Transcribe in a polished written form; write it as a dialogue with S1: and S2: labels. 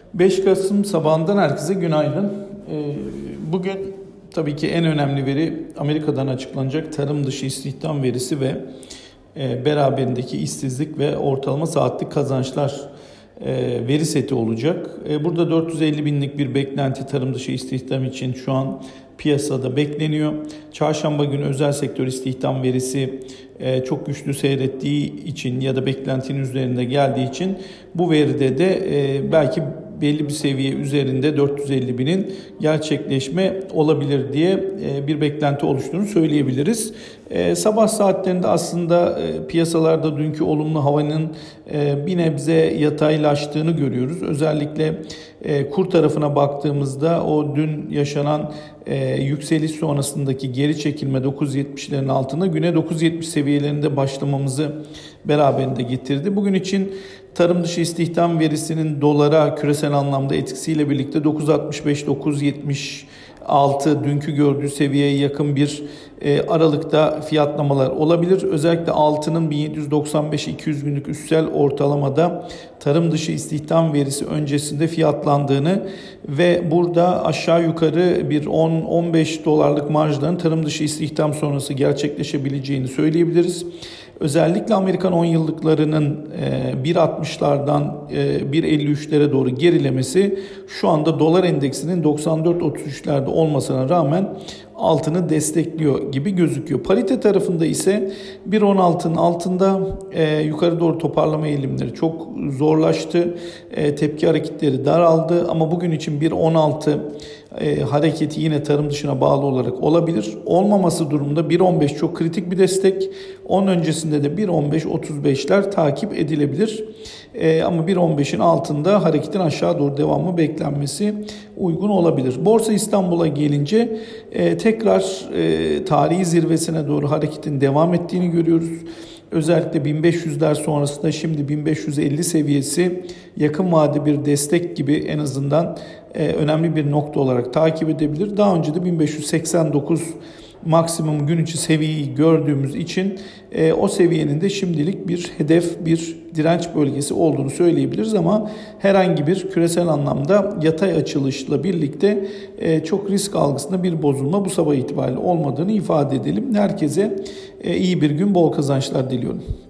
S1: 5 Kasım sabahından herkese günaydın. Bugün tabii ki en önemli veri Amerika'dan açıklanacak tarım dışı istihdam verisi ve beraberindeki işsizlik ve ortalama saatlik kazançlar veri seti olacak. Burada 450 binlik bir beklenti tarım dışı istihdam için şu an piyasada bekleniyor. Çarşamba günü özel sektör istihdam verisi çok güçlü seyrettiği için ya da beklentinin üzerinde geldiği için bu veride de belki belli bir seviye üzerinde 450 binin gerçekleşme olabilir diye bir beklenti oluştuğunu söyleyebiliriz. Sabah saatlerinde aslında piyasalarda dünkü olumlu havanın bir nebze yataylaştığını görüyoruz. Özellikle kur tarafına baktığımızda o dün yaşanan yükseliş sonrasındaki geri çekilme 9.70'lerin altına güne 9.70 seviyelerinde başlamamızı beraberinde getirdi. Bugün için tarım dışı istihdam verisinin dolara küresel anlamda etkisiyle birlikte 9.65-9.76 dünkü gördüğü seviyeye yakın bir aralıkta fiyatlamalar olabilir. Özellikle altının 1795-200 günlük üstsel ortalamada tarım dışı istihdam verisi öncesinde fiyatlandığını ve burada aşağı yukarı bir 10-15 dolarlık marjların tarım dışı istihdam sonrası gerçekleşebileceğini söyleyebiliriz. Özellikle Amerikan 10 yıllıklarının 1.60'lardan 1.53'lere doğru gerilemesi şu anda dolar endeksinin 94.33'lerde olmasına rağmen altını destekliyor gibi gözüküyor. Parite tarafında ise 1.16'nın altında yukarı doğru toparlama eğilimleri çok zorlaştı. Tepki hareketleri daraldı ama bugün için 1.16 hareketi yine tarım dışına bağlı olarak olabilir. Olmaması durumunda 1.15 çok kritik bir destek. Onun öncesinde de 1.15-35'ler takip edilebilir. Ama 1.15'in altında hareketin aşağı doğru devamı beklenmesi uygun olabilir. Borsa İstanbul'a gelince tekrar tarihi zirvesine doğru hareketin devam ettiğini görüyoruz. Özellikle 1500'ler sonrasında şimdi 1550 seviyesi yakın vade bir destek gibi en azından önemli bir nokta olarak takip edebilir. Daha önce de 1589 maksimum gün içi seviyeyi gördüğümüz için o seviyenin de şimdilik bir hedef, bir direnç bölgesi olduğunu söyleyebiliriz ama herhangi bir küresel anlamda yatay açılışla birlikte çok risk algısında bir bozulma bu sabah itibariyle olmadığını ifade edelim. Herkese iyi bir gün, bol kazançlar diliyorum.